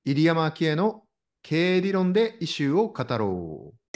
入山昭恵の経営理論でイシューを語ろう。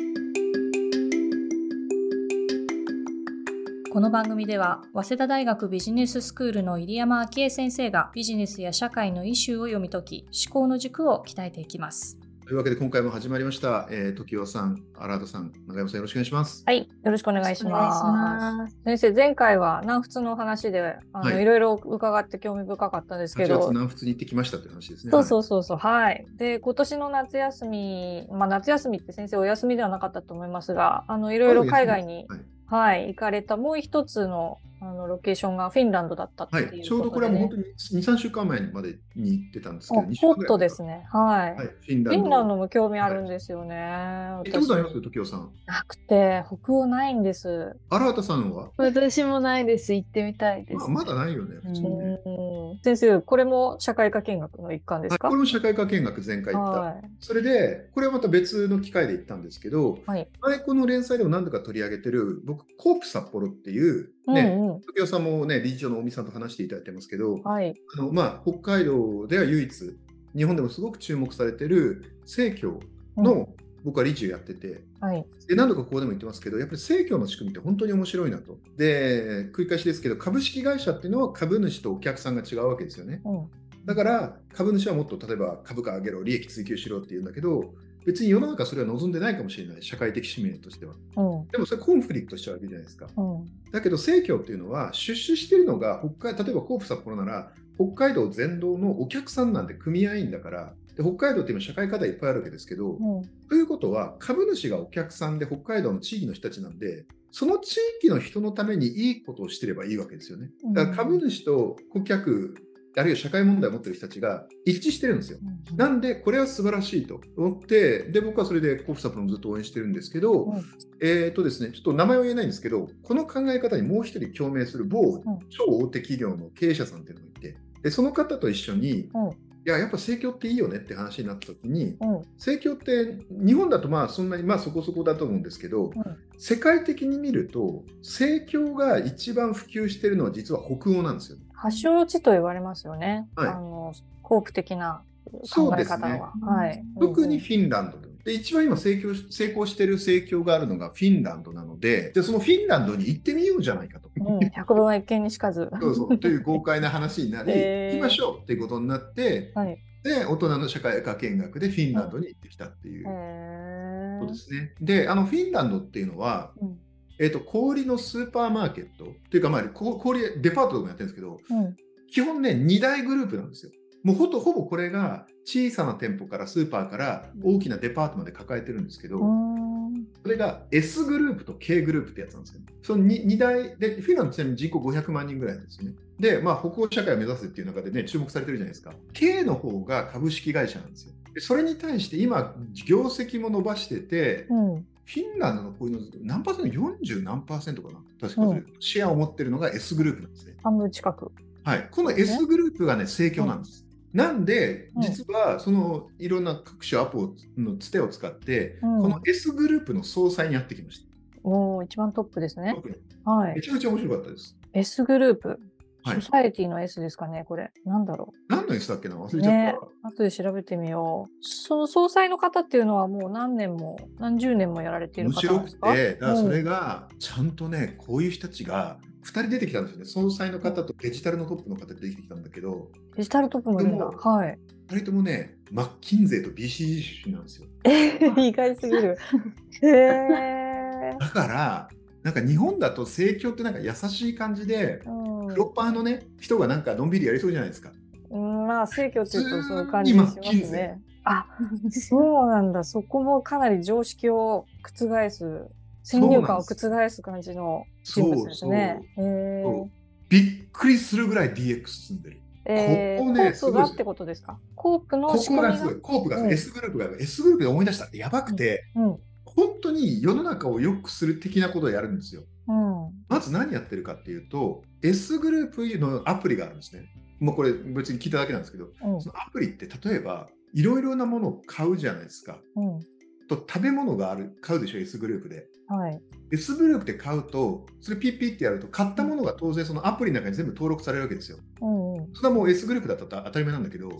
この番組では早稲田大学ビジネススクールの入山昭恵先生がビジネスや社会のイシューを読み解き、思考の軸を鍛えていきます。 というわけで今回も始まりました。時代さん、荒畑さん、永山さん、よろしくお願いします。 はい、よろしくお願いします。先生、前回は南仏の話でいろいろ伺って興味深かったんですけど、 8月南仏に行ってきましたという話ですね。 そう、はい。で、今年の夏休み、夏休みって先生お休みではなかったと思いますが、いろいろ海外に、行かれたもう一つのロケーションがフィンランドだったっていうことで、ね、 ちょうどこれはもう本当に2、3週間前までに行ってたんですけど、 ホットですね。はい。フィンランドも興味あるんですよね。 行ったことあります時代さん。 なくて、北欧ないんです。 荒畑さんは？ 私もないです。行ってみたいです。 まだないよね、普通にね。 先生、これも社会科見学の一環ですか？ これも社会科見学前回行った。それで、これはまた別の機会で行ったんですけど、前この連載でも何度か取り上げてる、僕、コープ札幌っていう、時代さんもね、理事長の尾身さんと話していただいてますけど、北海道では唯一、日本でもすごく注目されてる生協の、僕は理事をやってて、で何度かここでも言ってますけど、やっぱり生協の仕組みって本当に面白いなと。で、繰り返しですけど、株式会社っていうのは株主とお客さんが違うわけですよね。だから株主はもっと例えば株価上げろ、利益追求しろって言うんだけど、別に世の中それは望んでないかもしれない、社会的使命としては。でもそれコンフリクトしちゃうわけじゃないですか。だけど生協っていうのは出資してるのが例えばコープ札幌なら北海道全道のお客さんなんて組合員だから、で北海道って今社会課題いっぱいあるわけですけど、ということは株主がお客さんで北海道の地域の人たちなんで、その地域の人のためにいいことをしてればいいわけですよね。だから株主と顧客、あるいは社会問題を持っている人たちが一致してるんですよ。なんでこれは素晴らしいと思って、で僕はそれでコープサプロもずっと応援してるんですけど、ですね、ちょっと名前は言えないんですけど、この考え方にもう一人共鳴する某超大手企業の経営者さんっていうのがいて、でその方と一緒に、やっぱ生協っていいよねって話になった時に、生協って日本だとそんなにそこそこだと思うんですけど、世界的に見ると生協が一番普及しているのは実は北欧なんですよ。 発祥地と言われますよね。コープ的な考え方は。 特にフィンランドで一番今成功している生協があるのがフィンランドなので、じゃあそのフィンランドに行ってみようじゃないかと。 百聞は一見にしかず。 そうという豪快な話になり、行きましょうっていうことになって、で大人の社会科見学でフィンランドに行ってきたっていうことですね。で、フィンランドっていうのは、小売りのスーパーマーケットっていうか、小売デパートとかもやってるんですけど、基本ね、2大グループなんですよ。もうほぼこれが小さな店舗からスーパーから大きなデパートまで抱えてるんですけど、それが S グループと K グループってやつなんですよ。その 2大で、フィンランドちなみに人口500万人ぐらいなんですよね。で、北欧社会を目指すっていう中でね、注目されてるじゃないですか。K の方が株式会社なんですよ。でそれに対して今、業績も伸ばしてて、フィンランドのこういうの何パーセント、40何パーセントかな、確かシェアを持ってるのが S グループなんですね。 半分近く。 この S グループがね、生協なんです。なんで、実はそのいろんな各種アポのつてを使って、この S グループの総裁にやってきました。 一番トップですね。 めちゃめちゃ面白かったです。 S グループ。ソサエティの S ですかね、これ。なんだろう。 何の S だっけな、忘れちゃった。 後で調べてみよう。その総裁の方っていうのはもう何年も何十年もやられている方なんですか？ 面白くて、だからそれがちゃんとね、こういう人たちが2人出てきたんですよね。総裁の方とデジタルのトップの方で出てきたんだけど。 デジタルトップもいるんだ。 2人ともね、マッキンゼーと BCG 出身なんですよ。 意外すぎる。 だから、なんか日本だと生協ってなんか優しい感じで、黒パーのね、人がなんかのんびりやりそうじゃないですか。 生協っていうとそういう感じしますね。そうなんだ。そこもかなり常識を覆す、先入観を覆す感じの人物ですね。 びっくりするぐらい DX 進んでる。 コープがってことですか？コープの仕組みがすごい。 コープが S グループが S グループで思い出したってやばくて、本当に世の中を良くする的なことをやるんですよ。まず何やってるかっていうと、S グループのアプリがあるんですね。もうこれ別に聞いただけなんですけど、そのアプリって例えばいろいろなものを買うじゃないですか。と食べ物が買うでしょ、 S グループで。S グループで買うと、それピッピッってやると、買ったものが当然そのアプリの中に全部登録されるわけですよ。それはもう S グループだったら当たり前なんだけど、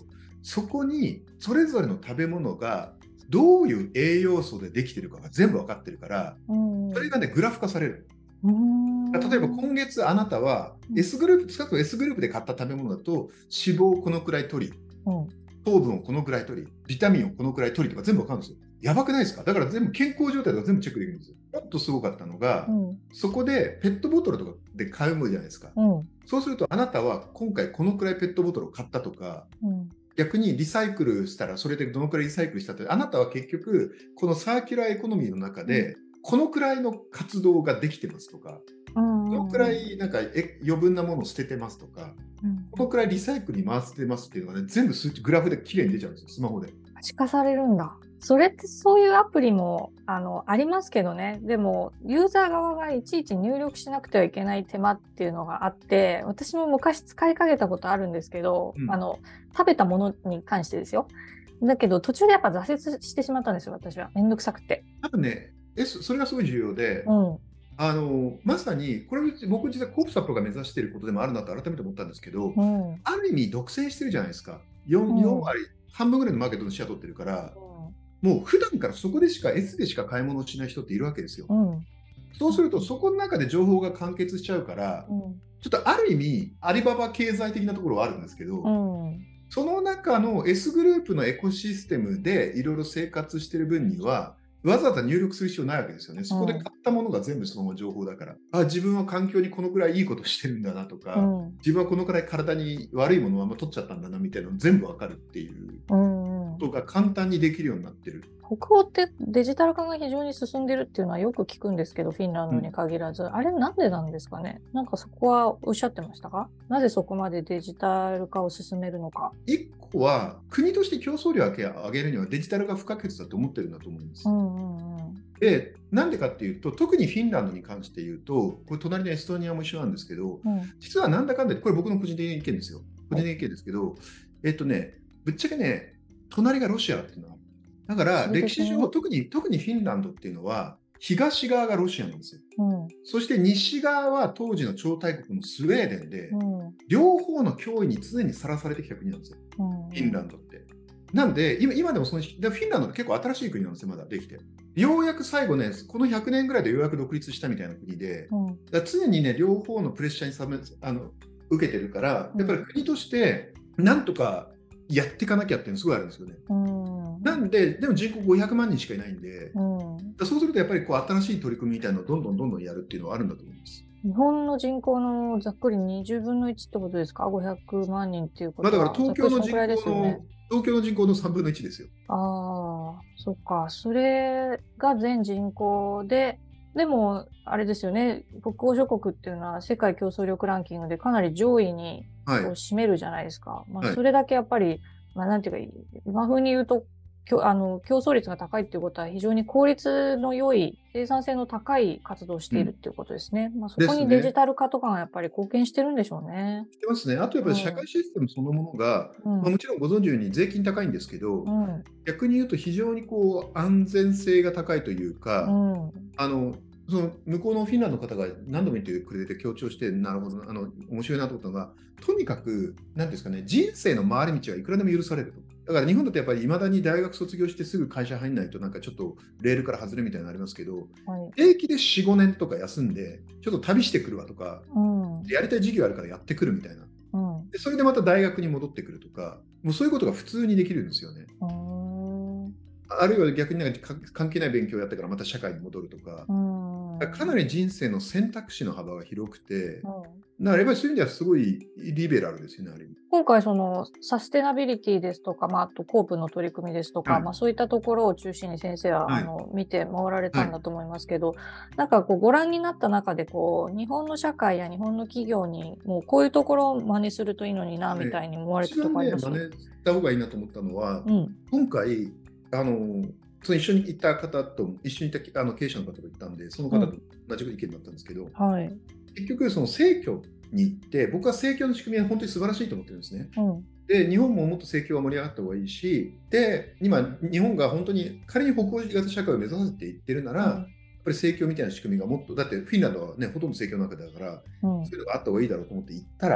そこにそれぞれの食べ物がどういう栄養素でできてるかが全部分かってるから、それがね、グラフ化される。例えば今月あなたは S グループ、少なくとも S グループで買った食べ物だと脂肪をこのくらい取り、糖分をこのくらい取り、ビタミンをこのくらい取りとか全部分かるんですよ。やばくないですか？だから全部健康状態とか全部チェックできるんですよ。もっとすごかったのが、そこでペットボトルとかで買うものじゃないですか。そうするとあなたは今回このくらいペットボトルを買ったとか、逆にリサイクルしたらそれでどのくらいリサイクルしたって、あなたは結局このサーキュラーエコノミーの中でこのくらいの活動ができてますとか、このくらいなんか余分なものを捨ててますとか、このくらいリサイクルに回してますっていうのがね、全部数値グラフできれいに出ちゃうんですよ、スマホで。 可視化されるんだ。それってそういうアプリもありますけどね。でもユーザー側がいちいち入力しなくてはいけない手間っていうのがあって、私も昔使いかけたことあるんですけど、食べたものに関してですよ。だけど途中でやっぱ挫折してしまったんですよ、私は。めんどくさくて。 多分ね、それがすごい重要で、まさにこれ僕実はコープサップが目指していることでもあるなと改めて思ったんですけど、ある意味独占してるじゃないですか。4割、半分ぐらいのマーケットのシェア取ってるから、もう普段からそこでしか S でしか買い物をしない人っているわけですよ。そうするとそこの中で情報が完結しちゃうから、ちょっとある意味アリババ経済的なところはあるんですけど、その中の S グループのエコシステムでいろいろ生活してる分にはわざわざ入力する必要ないわけですよね。そこで買ったものが全部その情報だから、自分は環境にこのくらいいいことしてるんだなとか、自分はこのくらい体に悪いものをあんま取っちゃったんだなみたいなの全部わかるっていうことが簡単にできるようになってる。 北欧ってデジタル化が非常に進んでるっていうのはよく聞くんですけど、フィンランドに限らず、あれなんでなんですかね。なんかそこはおっしゃってましたか？なぜそこまでデジタル化を進めるのか。 一個は国として競争力を上げるにはデジタルが不可欠だと思ってるんだと思います。で、なんでかっていうと、特にフィンランドに関して言うと、これ隣のエストニアも一緒なんですけど、実はなんだかんだこれ僕の個人的な意見ですよ。個人的な意見ですけど、ぶっちゃけね、隣がロシアっていうのはだから歴史上、特にフィンランドっていうのは東側がロシアなんですよ。そして西側は当時の超大国のスウェーデンで、両方の脅威に常にさらされてきた国なんですよ、フィンランドって。なんで今でもフィンランドって結構新しい国なんですよ、まだできて。ようやく最後ね、この100年ぐらいでようやく独立したみたいな国で、常にね、両方のプレッシャーに受けてるから、やっぱり国としてなんとかやっていかなきゃっていうのすごいあるんですよね。なんで、でも人口500万人しかいないんで、そうするとやっぱり新しい取り組みみたいなのをどんどんやるっていうのはあるんだと思います。 日本の人口のざっくり20分の1ってことですか500万人っていうことは。 だから東京の人口の3分の1ですよ。 そっか。それが全人口で、でも、あれですよね、北欧諸国っていうのは世界競争力ランキングでかなり上位に占めるじゃないですか。それだけやっぱり、なんていうか、今風に言うと、競争率が高いっていうことは非常に効率の良い、生産性の高い活動をしているっていうことですね。そこにデジタル化とかがやっぱり貢献してるんでしょうね。 してますね。あとやっぱり社会システムそのものが、もちろんご存知のように税金高いんですけど、逆に言うと非常に安全性が高いというか、その向こうのフィンランドの方が何度も言ってくれて強調して、なるほど、面白いなと思ったのが、とにかく、なんですかね、人生の回り道はいくらでも許されると。だから日本だとやっぱりいまだに大学卒業してすぐ会社入んないとなんかちょっとレールから外れるみたいなのありますけど、平気で4、5年とか休んで、ちょっと旅してくるわとか、やりたい授業あるからやってくるみたいな。でそれでまた大学に戻ってくるとか、もうそういうことが普通にできるんですよね。あるいは逆になんか関係ない勉強をやってからまた社会に戻るとか、かなり人生の選択肢の幅が広くて、だからやっぱりそういう意味ではすごいリベラルですよね、ある意味。 今回そのサステナビリティですとか、あとコープの取り組みですとか、そういったところを中心に先生は、見て回られたんだと思いますけど、なんかご覧になった中で日本の社会や日本の企業にもうこういうところを真似するといいのになみたいに思われたところあります？ 真似した方がいいなと思ったのは、今回その一緒に行った方と一緒にいた経営者の方と行ったんで、その方と同じ意見だったんですけど、結局その生協に行って、僕は生協の仕組みは本当に素晴らしいと思ってるんですね。で日本ももっと生協は盛り上がった方がいいし、で今日本が本当に仮に北欧型社会を目指せていってるなら、やっぱり生協みたいな仕組みがもっと、だってフィンランドはねほとんど生協の中だから、そういうのがあった方がいいだろうと思って行ったら、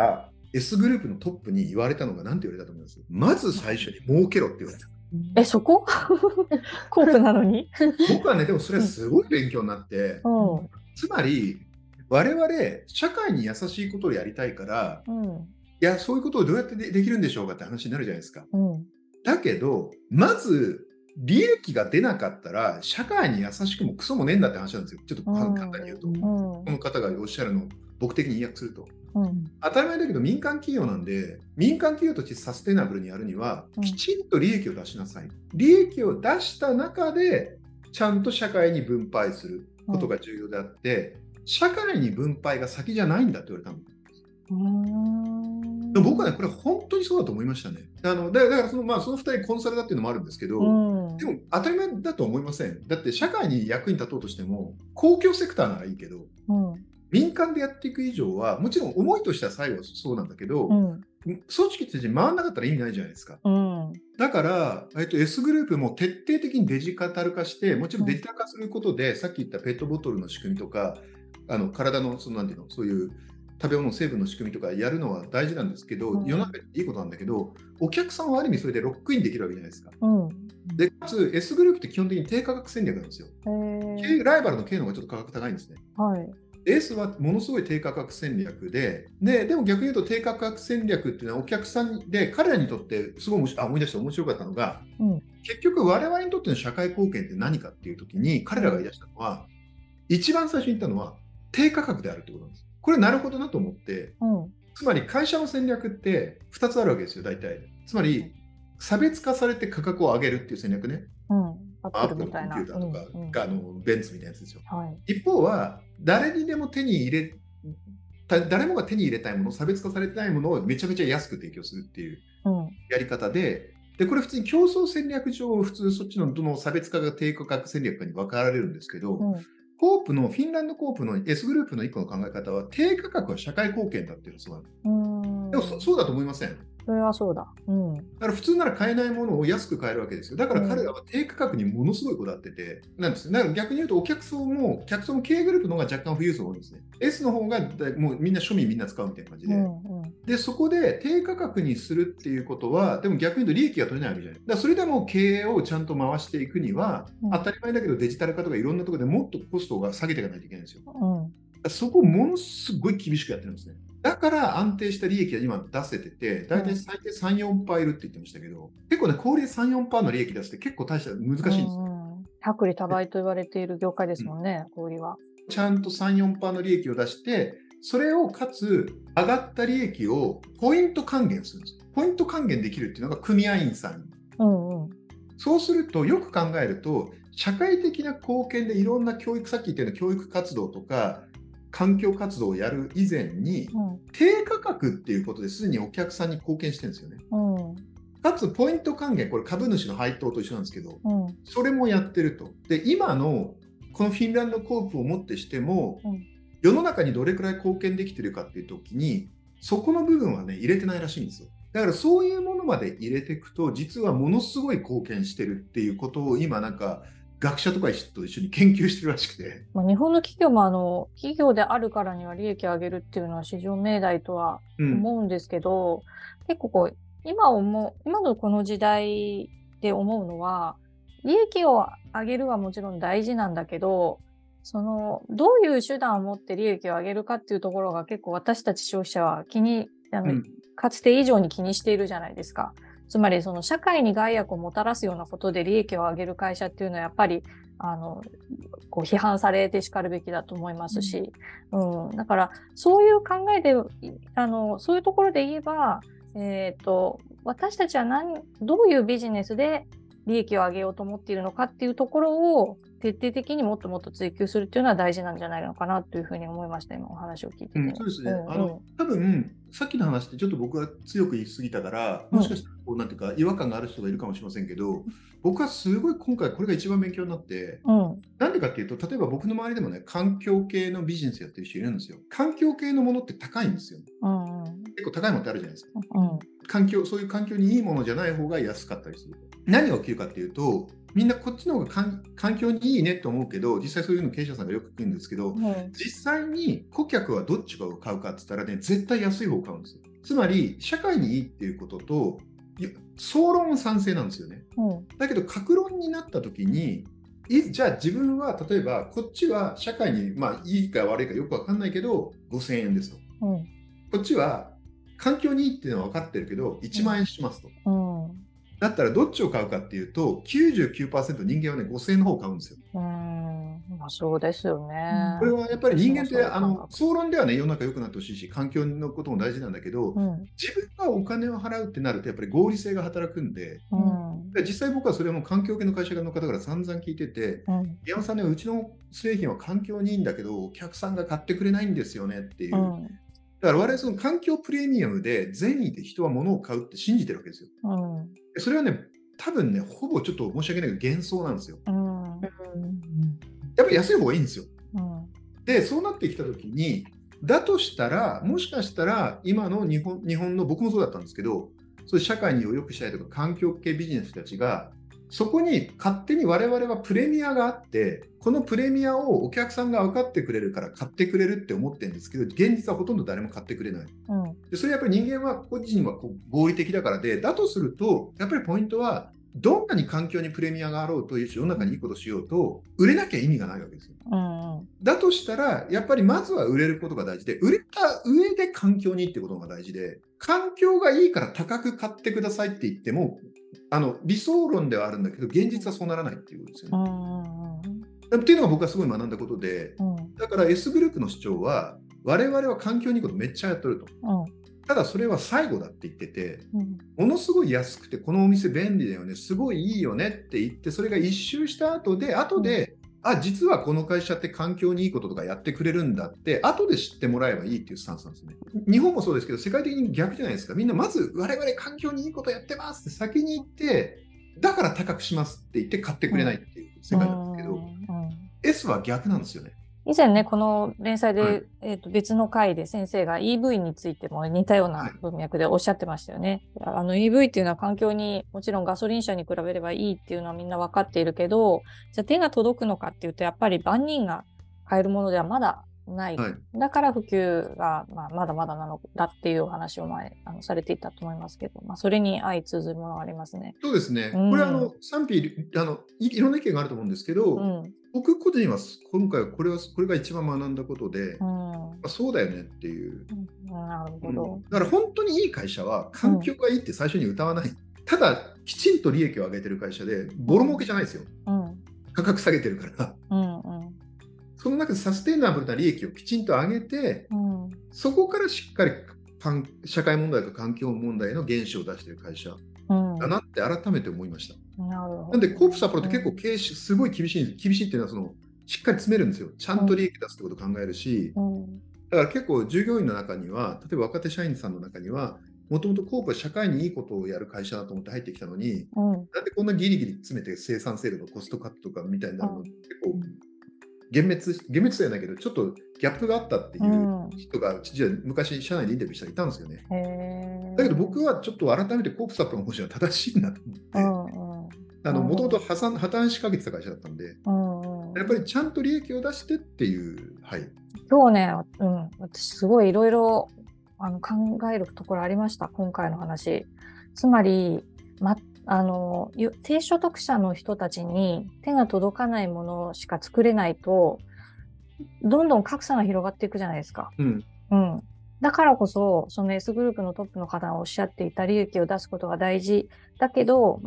S グループのトップに言われたのが何て言われたと思います？まず最初に儲けろって言われた。 そこコープなのに僕はね、でもそれはすごい勉強になって、つまり我々社会に優しいことをやりたいから、いやそういうことをどうやってできるんでしょうかって話になるじゃないですか。だけどまず利益が出なかったら社会に優しくもクソもねえんだって話なんですよ。ちょっと簡単に言うと、この方がおっしゃるのを僕的に意訳すると、当たり前だけど民間企業なんで、民間企業としてサステナブルにやるにはきちんと利益を出しなさい。利益を出した中でちゃんと社会に分配することが重要であって、社会に分配が先じゃないんだって言われたの。僕はね、これは本当にそうだと思いましたね。だからその2人コンサルだっていうのもあるんですけど、でも当たり前だと思いません。だって社会に役に立とうとしても公共セクターならいいけど、民間でやっていく以上はもちろん思いとしては最後はそうなんだけど、組織として回らなかったら意味ないじゃないですか。だから、S グループも徹底的にデジタル化して、もちろんデジタル化することで、さっき言ったペットボトルの仕組みとか、体のなんていうの、そういう食べ物の成分の仕組みとかやるのは大事なんですけど、世の中にいいことなんだけど、お客さんはある意味それでロックインできるわけじゃないですか。でかつ S グループって基本的に低価格戦略なんですよ。ライバルの K の方がちょっと価格高いんですね。S はものすごい低価格戦略でも逆に言うと低価格戦略っていうのはお客さんで彼らにとってすごい思い出して面白かったのが、結局我々にとっての社会貢献って何かっていう時に彼らが言い出したのは、一番最初に言ったのは低価格であるってことなんです。これなるほどなと思って、つまり会社の戦略って2つあるわけですよ、大体。つまり差別化されて価格を上げるっていう戦略ね。アップルのコンピューターとか、ベンツみたいなやつですよ。一方は誰もが手に入れたいもの、差別化されてないものをめちゃめちゃ安く提供するっていうやり方で、これ普通に競争戦略上、普通そっちのどの差別化が低価格戦略かに分かられるんですけど、フィンランドコープの S グループの一個の考え方は、低価格は社会貢献だっていうのそうなんです。でもそうだと思いません？ それはそうだ。だから普通なら買えないものを安く買えるわけですよ。だから彼らは低価格にものすごいこだわってて、なんですよ。だから逆に言うとお客層も K グループの方が若干富裕層が多いんですね。S の方がもうみんな庶民みんな使うみたいな感じで。で、そこで低価格にするっていうことは、でも逆に言うと利益が取れないわけじゃない。だからそれでも経営をちゃんと回していくには、当たり前だけどデジタル化とかいろんなところでもっとコストが下げていかないといけないんですよ。そこをものすごい厳しくやってるんですね。だから安定した利益が今出せてて、大体最低 3,4% いるって言ってましたけど、結構ね、小売で 3,4% の利益出すって結構大した難しいんですよ。 薄利多売と言われている業界ですもんね、小売は。 ちゃんと 3,4% の利益を出して、それをかつ上がった利益をポイント還元するんです。ポイント還元できるっていうのが組合員さん。そうするとよく考えると、社会的な貢献でいろんな教育、さっき言ったような教育活動とか、環境活動をやる以前に、低価格っていうことですでにお客さんに貢献してるんですよね。かつポイント還元、これ株主の配当と一緒なんですけど、それもやってると。で、今のこのフィンランドコープをもってしても、世の中にどれくらい貢献できてるかっていう時に、そこの部分はね、入れてないらしいんですよ。だからそういうものまで入れていくと、実はものすごい貢献してるっていうことを今なんか、学者とかと一緒に研究してるらしくて、 日本の企業も企業であるからには利益を上げるっていうのは至上命題とは思うんですけど、結構今のこの時代で思うのは、利益を上げるはもちろん大事なんだけど、どういう手段を持って利益を上げるかっていうところが結構私たち消費者はかつて以上に気にしているじゃないですか。つまり社会に害悪をもたらすようなことで利益を上げる会社っていうのはやっぱり批判されてしかるべきだと思いますし、だからそういう考えでそういうところで言えば、私たちはどういうビジネスで利益を上げようと思っているのかっていうところを徹底的にもっともっと追求するっていうのは大事なんじゃないのかなというふうに思いました、今お話を聞いてて。 そうですね。多分さっきの話ってちょっと僕は強く言い過ぎたから、もしかしたらなんていうか違和感がある人がいるかもしれませんけど、僕はすごい今回これが一番勉強になって、なんでかっていうと、例えば僕の周りでもね、環境系のビジネスやってる人いるんですよ。環境系のものって高いんですよ。結構高いものってあるじゃないですか。そういう環境にいいものじゃない方が安かったりする。何が起きるかっていうと、みんなこっちの方が環境にいいねと思うけど、実際そういうの経営者さんがよく聞くんですけど、実際に顧客はどっちを買うかって言ったらね、絶対安い方を買うんですよ。 つまり社会にいいっていうことと総論は賛成なんですよね。だけど各論になった時にじゃあ自分は例えばこっちは社会にいいか悪いかよく分かんないけど5000円ですと、こっちは環境にいいっていうのは分かってるけど1万円しますと、だったらどっちを買うかっていうと 99% 人間はね5000円の方を買うんですよ。 そうですよね。 これはやっぱり人間って総論ではね世の中良くなってほしいし環境のことも大事なんだけど、自分がお金を払うってなるとやっぱり合理性が働くんで、実際僕はそれはもう環境系の会社の方から散々聞いてて、宮本さんね、うちの製品は環境にいいんだけどお客さんが買ってくれないんですよねっていう、だから我々その環境プレミアムで善意で人は物を買うって信じてるわけですよ。それはね多分ねほぼちょっと申し訳ないけど幻想なんですよ。やっぱり安い方がいいんですよ。でそうなってきた時にだとしたらもしかしたら今の日本の僕もそうだったんですけど、そういう社会を良くしたいとか環境系ビジネスたちがそこに勝手に我々はプレミアがあってこのプレミアをお客さんが分かってくれるから買ってくれるって思ってるんですけど現実はほとんど誰も買ってくれない、でそれやっぱり人間は個人は合理的だからで、だとするとやっぱりポイントはどんなに環境にプレミアがあろうと世の中にいいことしようと売れなきゃ意味がないわけですよ。だとしたらやっぱりまずは売れることが大事で、売れた上で環境にいいってことが大事で、環境がいいから高く買ってくださいって言っても理想論ではあるんだけど現実はそうならないっていうことですよね。っていうのが僕はすごい学んだことで、だから S グループの主張は我々は環境にいいことめっちゃやってると、ただそれは最後だって言ってて、ものすごい安くてこのお店便利だよねすごいいいよねって言って、それが一周した後で実はこの会社って環境にいいこととかやってくれるんだって後で知ってもらえばいいっていうスタンスなんですね。日本もそうですけど世界的に逆じゃないですか。みんなまず我々環境にいいことやってますって先に言ってだから高くしますって言って買ってくれないっていう世界なんですけど、S は逆なんですよね。 以前ね、この連載で、別の回で先生が EV についても似たような文脈でおっしゃってましたよね。EV っていうのは環境にもちろんガソリン車に比べればいいっていうのはみんな分かっているけど、じゃあ手が届くのかっていうとやっぱり万人が買えるものではまだない。だから普及が、まだまだなのだっていうお話を前されていたと思いますけど、それに相通ずるものがありますね。 そうですね。これ賛否いろんな意見があると思うんですけど、僕個人は今回はこれが一番学んだことで、そうだよねっていう。 なるほど。 だから本当にいい会社は環境がいいって最初に歌わない。ただきちんと利益を上げてる会社でボロ儲けじゃないですよ。価格下げてるから。その中でサステイナブルな利益をきちんと上げて、そこからしっかり社会問題と環境問題の原資を出している会社だなって改めて思いました。なんでコープ札幌って結構経営すごい厳しいっていうのはしっかり詰めるんですよ。ちゃんと利益出すってことを考えるし、だから結構従業員の中には例えば若手社員さんの中にはもともとコープは社会にいいことをやる会社だと思って入ってきたのに、なんでこんなギリギリ詰めて生産性とかコストカットとかみたいなの結構幻滅じゃないけどちょっとギャップがあったっていう人が、実は昔社内でインタビューしたらいたんですよね。だけど僕はちょっと改めてコープサップの方針は正しいなと思って、もともと破綻しかけてた会社だったんで、やっぱりちゃんと利益を出してっていう。 今日ね、私すごいいろいろ考えるところありました、今回の話。つまり、低所得者の人たちに手が届かないものしか作れないと、どんどん格差が広がっていくじゃないですか。だからこそ、その S グループのトップの方がおっしゃっていた利益を出すことが大事だけど、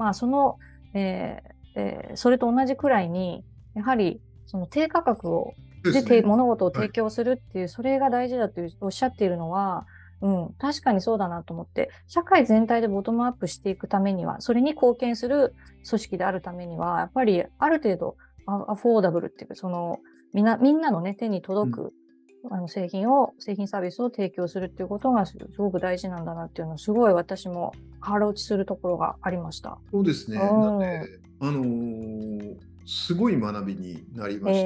それと同じくらいに、やはりその低価格で物事を提供するっていう、それが大事だとおっしゃっているのは、確かにそうだなと思って、社会全体でボトムアップしていくためには、それに貢献する組織であるためには、やっぱりある程度アフォーダブルっていうか、みんなのね、手に届く、製品サービスを提供するっていうことがすごく大事なんだなっていうのをすごい私も腹落ちするところがありました。 そうですね。なんですごい学びになりました。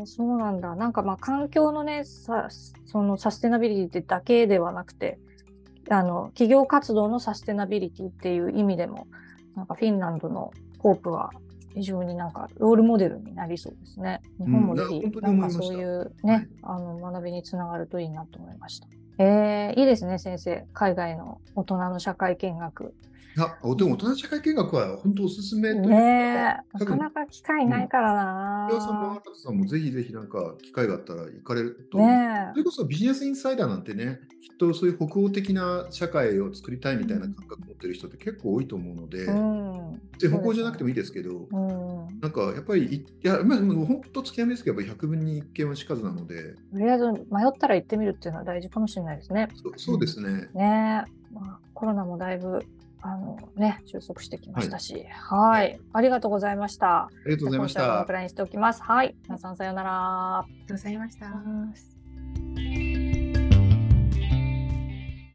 そうなんだ。なんか環境のね、そのサステナビリティだけではなくて、企業活動のサステナビリティっていう意味でも、なんかフィンランドのコープは非常になんかロールモデルになりそうですね。日本もぜひなんかそういうね、学びにつながるといいなと思いました。 いいですね、先生。海外の大人の社会見学。 でも大人社会見学は本当おすすめというか、 なかなか機会ないからな。 岩さんも新田さんもぜひぜひなんか機会があったら行かれると、それこそビジネスインサイダーなんてね、きっとそういう北欧的な社会を作りたいみたいな感覚を持ってる人って結構多いと思うので、北欧じゃなくてもいいですけど、なんかやっぱり本当月並みですけど、100分に1件はしかずなので、 とりあえず迷ったら行ってみるっていうのは大事かもしれないですね。 そうですね。 コロナもだいぶ収束してきましたし、はい、ありがとうございました。 ありがとうございました。 今週はこのくらいにしておきます。はい、皆さんさようなら。 ありがとうございました。